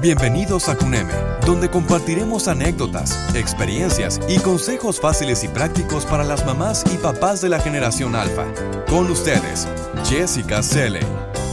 Bienvenidos a CUNEME, donde compartiremos anécdotas, experiencias y consejos fáciles y prácticos para las mamás y papás de la generación alfa. Con ustedes, Jessica Cele.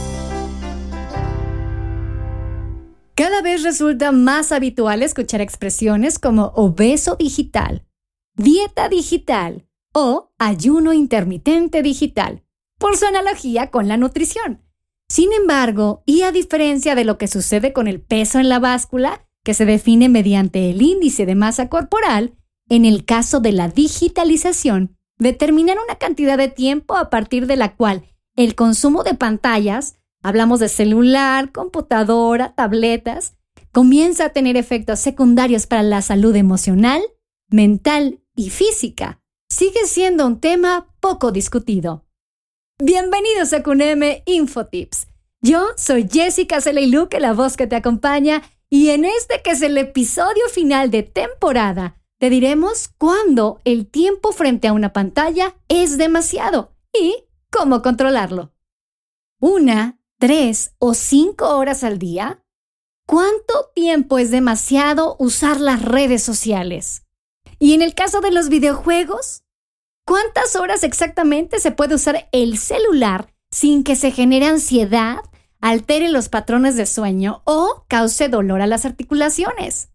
Cada vez resulta más habitual escuchar expresiones como obeso digital, dieta digital o ayuno intermitente digital, por su analogía con la nutrición. Sin embargo, y a diferencia de lo que sucede con el peso en la báscula, que se define mediante el índice de masa corporal, en el caso de la digitalización, determinar una cantidad de tiempo a partir de la cual el consumo de pantallas, hablamos de celular, computadora, tabletas, comienza a tener efectos secundarios para la salud emocional, mental y física, sigue siendo un tema poco discutido. Bienvenidos a CUNEME Infotips. Yo soy Jessica Celeiluque, la voz que te acompaña, y en este que es el episodio final de temporada, te diremos cuándo el tiempo frente a una pantalla es demasiado y cómo controlarlo. 1, 3 o 5 horas al día. ¿Cuánto tiempo es demasiado usar las redes sociales? Y en el caso de los videojuegos, ¿cuántas horas exactamente se puede usar el celular sin que se genere ansiedad, altere los patrones de sueño o cause dolor a las articulaciones?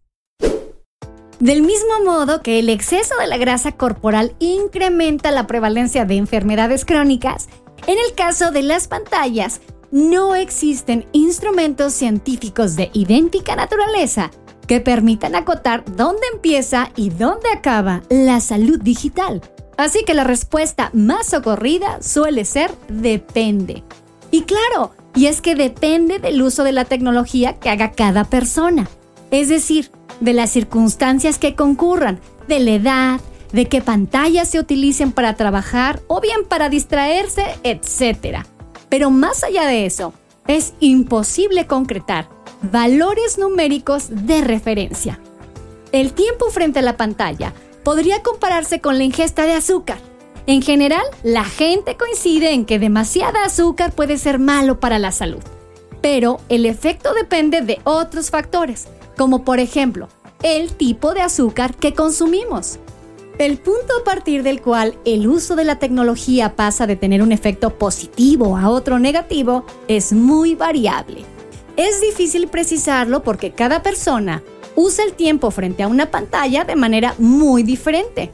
Del mismo modo que el exceso de la grasa corporal incrementa la prevalencia de enfermedades crónicas, en el caso de las pantallas no existen instrumentos científicos de idéntica naturaleza que permitan acotar dónde empieza y dónde acaba la salud digital. Así que la respuesta más socorrida suele ser depende. Y claro, y es que depende del uso de la tecnología que haga cada persona. Es decir, de las circunstancias que concurran, de la edad, de qué pantallas se utilicen para trabajar o bien para distraerse, etc. Pero más allá de eso, es imposible concretar valores numéricos de referencia. El tiempo frente a la pantalla podría compararse con la ingesta de azúcar. En general, la gente coincide en que demasiada azúcar puede ser malo para la salud. Pero el efecto depende de otros factores, como por ejemplo, el tipo de azúcar que consumimos. El punto a partir del cual el uso de la tecnología pasa de tener un efecto positivo a otro negativo es muy variable. Es difícil precisarlo porque cada persona usa el tiempo frente a una pantalla de manera muy diferente.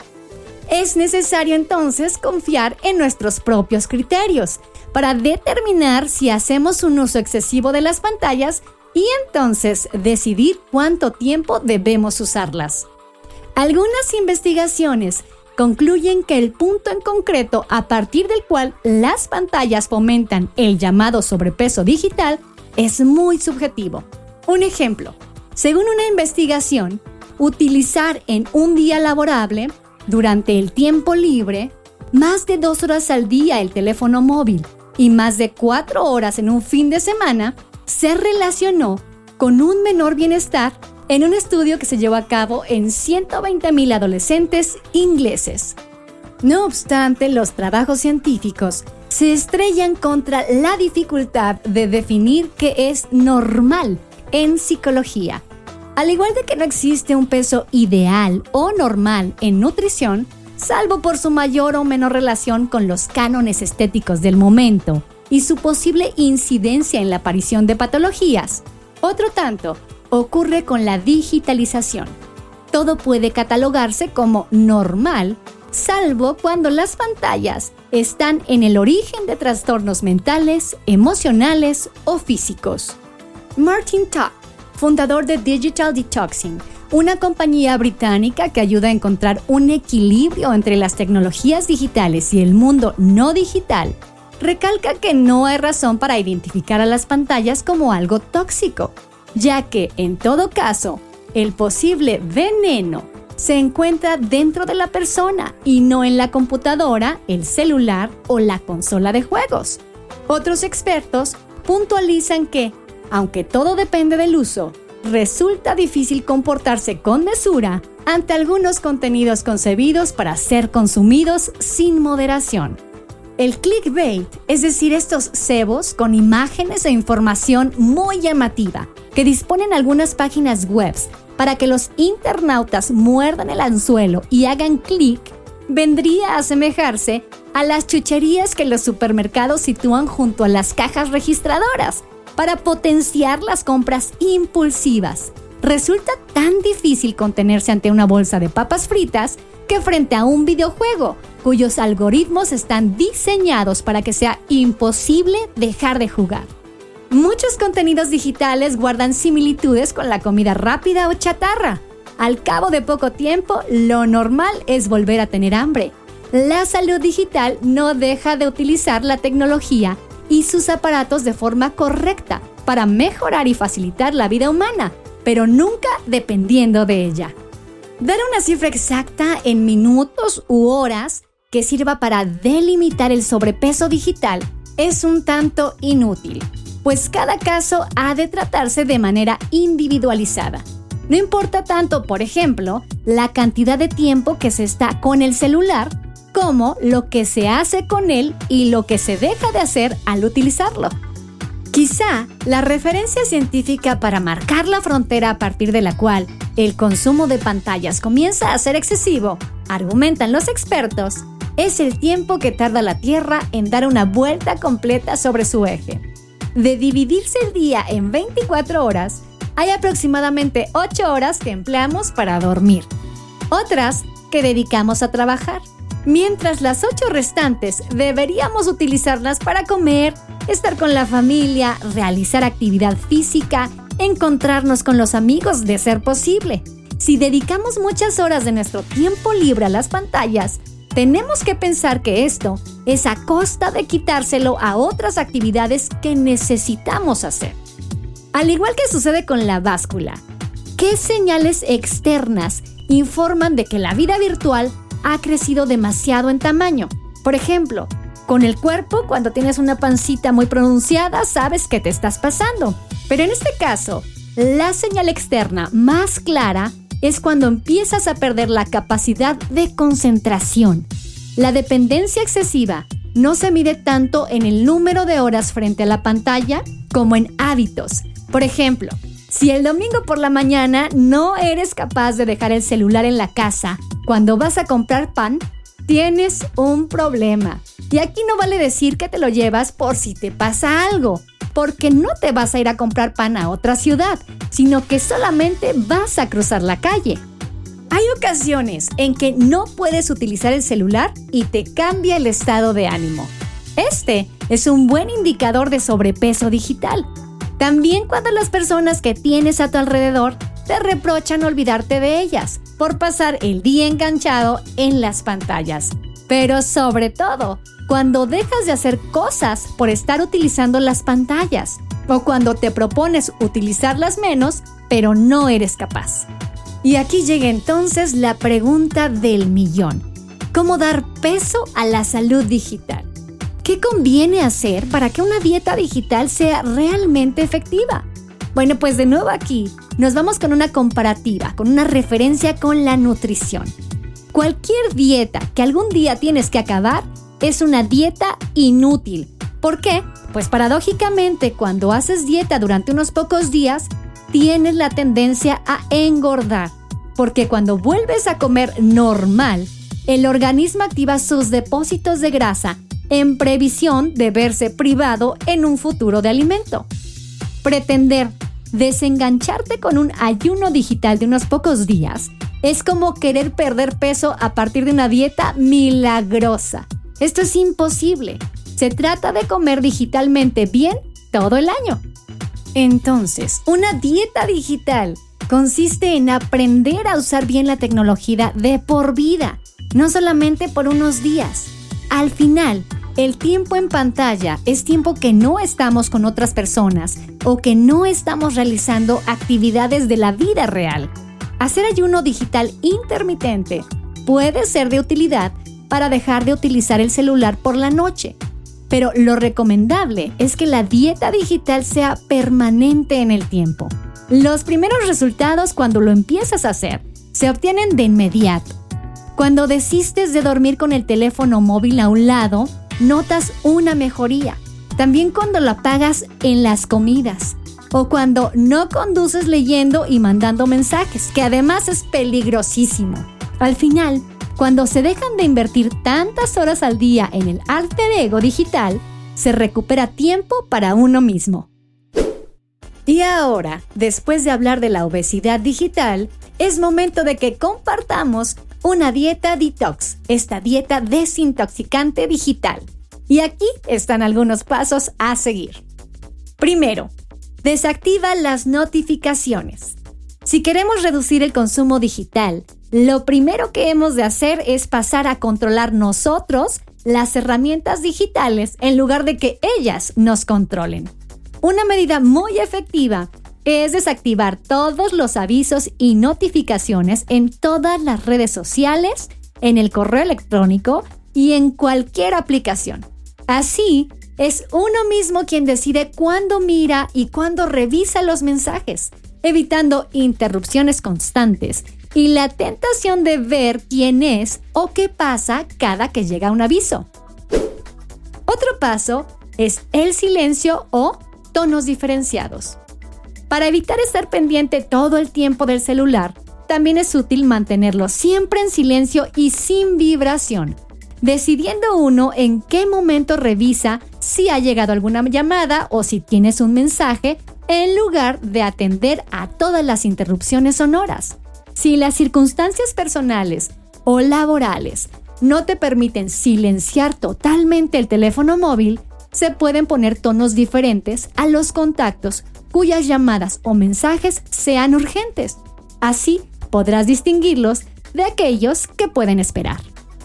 Es necesario entonces confiar en nuestros propios criterios para determinar si hacemos un uso excesivo de las pantallas y entonces decidir cuánto tiempo debemos usarlas. Algunas investigaciones concluyen que el punto en concreto a partir del cual las pantallas fomentan el llamado sobrepeso digital es muy subjetivo. Un ejemplo. Según una investigación, utilizar en un día laborable, durante el tiempo libre, más de 2 horas al día el teléfono móvil y más de 4 horas en un fin de semana se relacionó con un menor bienestar en un estudio que se llevó a cabo en 120,000 adolescentes ingleses. No obstante, los trabajos científicos se estrellan contra la dificultad de definir qué es normal en psicología. Al igual de que no existe un peso ideal o normal en nutrición, salvo por su mayor o menor relación con los cánones estéticos del momento y su posible incidencia en la aparición de patologías, otro tanto ocurre con la digitalización. Todo puede catalogarse como normal, salvo cuando las pantallas están en el origen de trastornos mentales, emocionales o físicos. Martin Todd, fundador de Digital Detoxing, una compañía británica que ayuda a encontrar un equilibrio entre las tecnologías digitales y el mundo no digital, recalca que no hay razón para identificar a las pantallas como algo tóxico, ya que, en todo caso, el posible veneno se encuentra dentro de la persona y no en la computadora, el celular o la consola de juegos. Otros expertos puntualizan que, aunque todo depende del uso, resulta difícil comportarse con mesura ante algunos contenidos concebidos para ser consumidos sin moderación. El clickbait, es decir, estos cebos con imágenes e información muy llamativa, que disponen algunas páginas web para que los internautas muerdan el anzuelo y hagan clic, vendría a asemejarse a las chucherías que los supermercados sitúan junto a las cajas registradoras para potenciar las compras impulsivas. Resulta tan difícil contenerse ante una bolsa de papas fritas que frente a un videojuego, cuyos algoritmos están diseñados para que sea imposible dejar de jugar. Muchos contenidos digitales guardan similitudes con la comida rápida o chatarra. Al cabo de poco tiempo, lo normal es volver a tener hambre. La salud digital no deja de utilizar la tecnología y sus aparatos de forma correcta para mejorar y facilitar la vida humana, pero nunca dependiendo de ella. Dar una cifra exacta en minutos u horas que sirva para delimitar el sobrepeso digital es un tanto inútil, pues cada caso ha de tratarse de manera individualizada. No importa tanto, por ejemplo, la cantidad de tiempo que se está con el celular, como lo que se hace con él y lo que se deja de hacer al utilizarlo. Quizá la referencia científica para marcar la frontera a partir de la cual el consumo de pantallas comienza a ser excesivo, argumentan los expertos, es el tiempo que tarda la Tierra en dar una vuelta completa sobre su eje. De dividirse el día en 24 horas, hay aproximadamente 8 horas que empleamos para dormir, otras que dedicamos a trabajar, mientras las 8 restantes deberíamos utilizarlas para comer, estar con la familia, realizar actividad física, encontrarnos con los amigos de ser posible. Si dedicamos muchas horas de nuestro tiempo libre a las pantallas, tenemos que pensar que esto es a costa de quitárselo a otras actividades que necesitamos hacer. Al igual que sucede con la báscula, ¿qué señales externas informan de que la vida virtual ha crecido demasiado en tamaño? Por ejemplo, con el cuerpo, cuando tienes una pancita muy pronunciada, sabes que te estás pasando. Pero en este caso, la señal externa más clara es cuando empiezas a perder la capacidad de concentración. La dependencia excesiva no se mide tanto en el número de horas frente a la pantalla como en hábitos. Por ejemplo, si el domingo por la mañana no eres capaz de dejar el celular en la casa cuando vas a comprar pan, tienes un problema. Y aquí no vale decir que te lo llevas por si te pasa algo, porque no te vas a ir a comprar pan a otra ciudad, sino que solamente vas a cruzar la calle. Hay ocasiones en que no puedes utilizar el celular y te cambia el estado de ánimo. Este es un buen indicador de sobrepeso digital. También cuando las personas que tienes a tu alrededor te reprochan olvidarte de ellas por pasar el día enganchado en las pantallas. Pero sobre todo, cuando dejas de hacer cosas por estar utilizando las pantallas o cuando te propones utilizarlas menos, pero no eres capaz. Y aquí llega entonces la pregunta del millón. ¿Cómo dar peso a la salud digital? ¿Qué conviene hacer para que una dieta digital sea realmente efectiva? Bueno, pues de nuevo aquí nos vamos con una comparativa, con una referencia con la nutrición. Cualquier dieta que algún día tienes que acabar es una dieta inútil. ¿Por qué? Pues paradójicamente, cuando haces dieta durante unos pocos días, tienes la tendencia a engordar, porque cuando vuelves a comer normal, el organismo activa sus depósitos de grasa en previsión de verse privado en un futuro de alimento. Pretender desengancharte con un ayuno digital de unos pocos días es como querer perder peso a partir de una dieta milagrosa. Esto es imposible. Se trata de comer digitalmente bien todo el año. Entonces, una dieta digital consiste en aprender a usar bien la tecnología de por vida, no solamente por unos días. Al final, el tiempo en pantalla es tiempo que no estamos con otras personas o que no estamos realizando actividades de la vida real. Hacer ayuno digital intermitente puede ser de utilidad para dejar de utilizar el celular por la noche, pero lo recomendable es que la dieta digital sea permanente en el tiempo. Los primeros resultados cuando lo empiezas a hacer se obtienen de inmediato. Cuando desistes de dormir con el teléfono móvil a un lado, notas una mejoría. También cuando lo apagas en las comidas. o cuando no conduces leyendo y mandando mensajes, que además es peligrosísimo. Al final, cuando se dejan de invertir tantas horas al día en el alter ego digital, se recupera tiempo para uno mismo. Y ahora, después de hablar de la obesidad digital, es momento de que compartamos una dieta detox, esta dieta desintoxicante digital. Y aquí están algunos pasos a seguir. Primero, desactiva las notificaciones. Si queremos reducir el consumo digital, lo primero que hemos de hacer es pasar a controlar nosotros las herramientas digitales en lugar de que ellas nos controlen. Una medida muy efectiva es desactivar todos los avisos y notificaciones en todas las redes sociales, en el correo electrónico y en cualquier aplicación. Así, es uno mismo quien decide cuándo mira y cuándo revisa los mensajes, evitando interrupciones constantes y la tentación de ver quién es o qué pasa cada que llega un aviso. Otro paso es el silencio o tonos diferenciados. Para evitar estar pendiente todo el tiempo del celular, también es útil mantenerlo siempre en silencio y sin vibración, decidiendo uno en qué momento revisa si ha llegado alguna llamada o si tienes un mensaje, en lugar de atender a todas las interrupciones sonoras. Si las circunstancias personales o laborales no te permiten silenciar totalmente el teléfono móvil, se pueden poner tonos diferentes a los contactos cuyas llamadas o mensajes sean urgentes. Así podrás distinguirlos de aquellos que pueden esperar.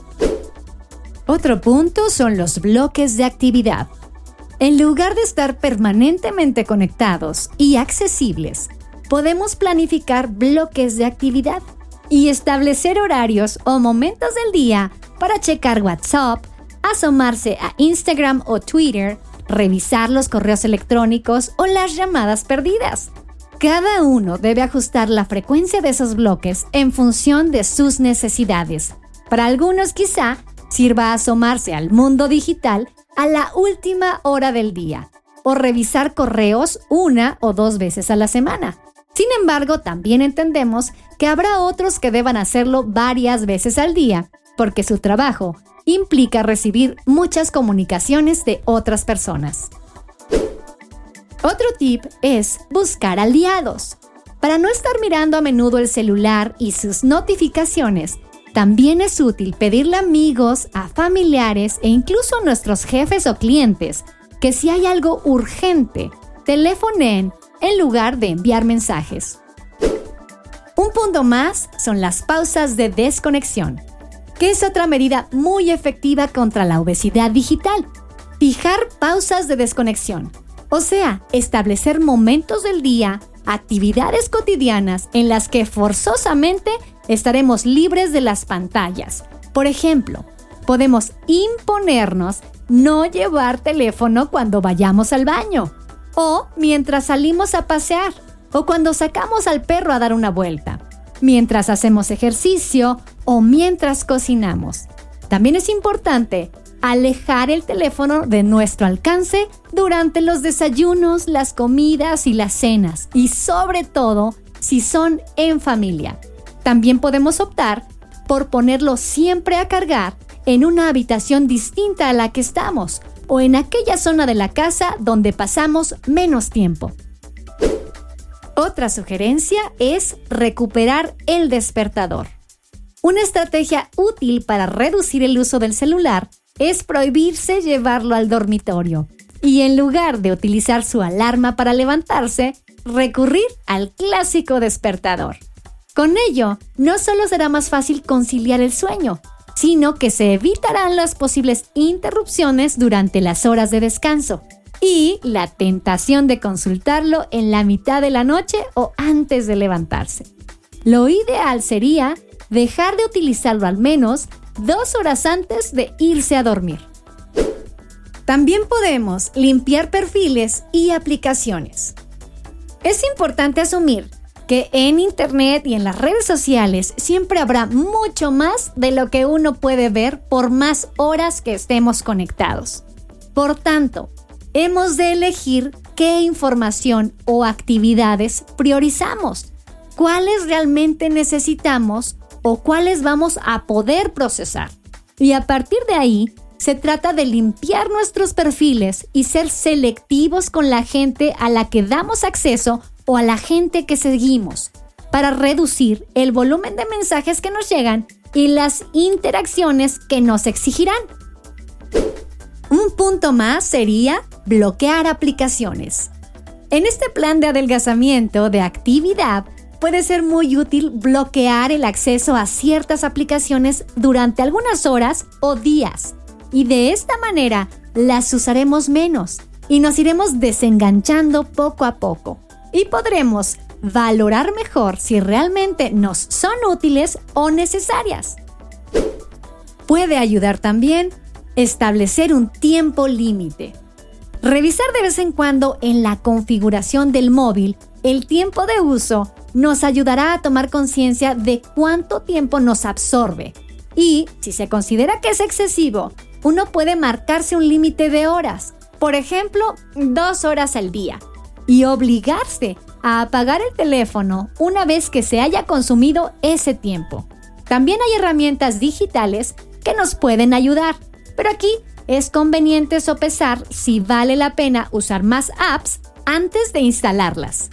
Otro punto son los bloques de actividad. En lugar de estar permanentemente conectados y accesibles, podemos planificar bloques de actividad y establecer horarios o momentos del día para checar WhatsApp, asomarse a Instagram o Twitter, revisar los correos electrónicos o las llamadas perdidas. Cada uno debe ajustar la frecuencia de esos bloques en función de sus necesidades. Para algunos quizá sirva asomarse al mundo digital a la última hora del día o revisar correos 1 o 2 veces a la semana. Sin embargo, también entendemos que habrá otros que deban hacerlo varias veces al día, porque su trabajo implica recibir muchas comunicaciones de otras personas. Otro tip es buscar aliados. Para no estar mirando a menudo el celular y sus notificaciones, también es útil pedirle a amigos, a familiares e incluso a nuestros jefes o clientes que si hay algo urgente, telefoneen en lugar de enviar mensajes. Un punto más son las pausas de desconexión, que es otra medida muy efectiva contra la obesidad digital. Fijar pausas de desconexión, o sea, establecer momentos del día, actividades cotidianas en las que forzosamente estaremos libres de las pantallas. Por ejemplo, podemos imponernos no llevar teléfono cuando vayamos al baño, o mientras salimos a pasear, o cuando sacamos al perro a dar una vuelta, mientras hacemos ejercicio o mientras cocinamos. También es importante alejar el teléfono de nuestro alcance durante los desayunos, las comidas y las cenas, y sobre todo si son en familia. También podemos optar por ponerlo siempre a cargar en una habitación distinta a la que estamos o en aquella zona de la casa donde pasamos menos tiempo. Otra sugerencia es recuperar el despertador. Una estrategia útil para reducir el uso del celular es prohibirse llevarlo al dormitorio y en lugar de utilizar su alarma para levantarse, recurrir al clásico despertador. Con ello, no solo será más fácil conciliar el sueño, sino que se evitarán las posibles interrupciones durante las horas de descanso y la tentación de consultarlo en la mitad de la noche o antes de levantarse. Lo ideal sería dejar de utilizarlo al menos 2 horas antes de irse a dormir. También podemos limpiar perfiles y aplicaciones. Es importante asumir que en Internet y en las redes sociales siempre habrá mucho más de lo que uno puede ver por más horas que estemos conectados. Por tanto, hemos de elegir qué información o actividades priorizamos, cuáles realmente necesitamos o cuáles vamos a poder procesar. Y a partir de ahí, se trata de limpiar nuestros perfiles y ser selectivos con la gente a la que damos acceso o a la gente que seguimos, para reducir el volumen de mensajes que nos llegan y las interacciones que nos exigirán. Un punto más sería bloquear aplicaciones. En este plan de adelgazamiento de actividad, puede ser muy útil bloquear el acceso a ciertas aplicaciones durante algunas horas o días. Y de esta manera las usaremos menos y nos iremos desenganchando poco a poco. Y podremos valorar mejor si realmente nos son útiles o necesarias. Puede ayudar también establecer un tiempo límite. Revisar de vez en cuando en la configuración del móvil el tiempo de uso nos ayudará a tomar conciencia de cuánto tiempo nos absorbe. Y si se considera que es excesivo, uno puede marcarse un límite de horas, por ejemplo, 2 horas al día, y obligarse a apagar el teléfono una vez que se haya consumido ese tiempo. También hay herramientas digitales que nos pueden ayudar, pero aquí es conveniente sopesar si vale la pena usar más apps antes de instalarlas.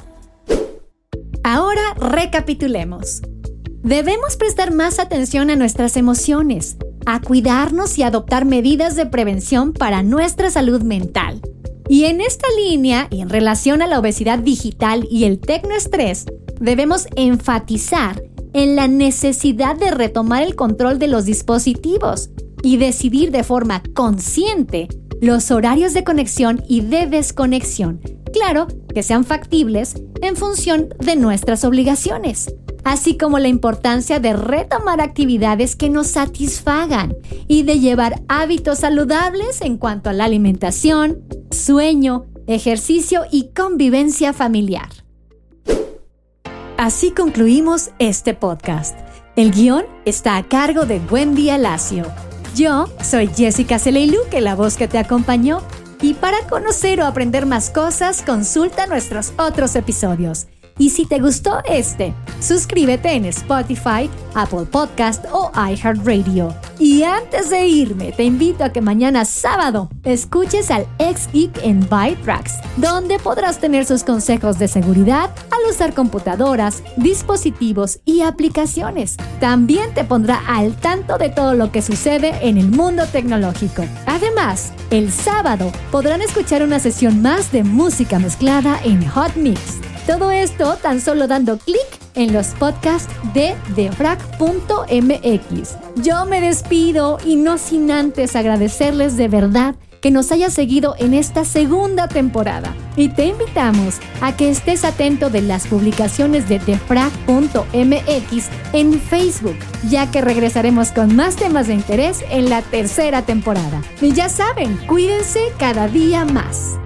Ahora recapitulemos. Debemos prestar más atención a nuestras emociones, a cuidarnos y adoptar medidas de prevención para nuestra salud mental. Y en esta línea, y en relación a la obesidad digital y el tecnoestrés, debemos enfatizar en la necesidad de retomar el control de los dispositivos y decidir de forma consciente los horarios de conexión y de desconexión. Claro, que sean factibles en función de nuestras obligaciones, así como la importancia de retomar actividades que nos satisfagan y de llevar hábitos saludables en cuanto a la alimentación, sueño, ejercicio y convivencia familiar. Así concluimos este podcast. El guión está a cargo de Wendy Alacio. Yo soy Jessica Celeiluque, la voz que te acompañó. Y para conocer o aprender más cosas, consulta nuestros otros episodios. Y si te gustó suscríbete en Spotify, Apple Podcast o iHeartRadio. Y antes de irme, te invito a que mañana sábado escuches al ex geek en ByTrax, donde podrás tener sus consejos de seguridad al usar computadoras, dispositivos y aplicaciones. También te pondrá al tanto de todo lo que sucede en el mundo tecnológico. Además, el sábado podrán escuchar una sesión más de música mezclada en Hot Mix. Todo esto tan solo dando clic en los podcasts de defrag.mx. Yo me despido y no sin antes agradecerles de verdad que nos hayas seguido en esta segunda temporada. Y te invitamos a que estés atento de las publicaciones de defrag.mx en Facebook, ya que regresaremos con más temas de interés en la tercera temporada. Y ya saben, cuídense cada día más.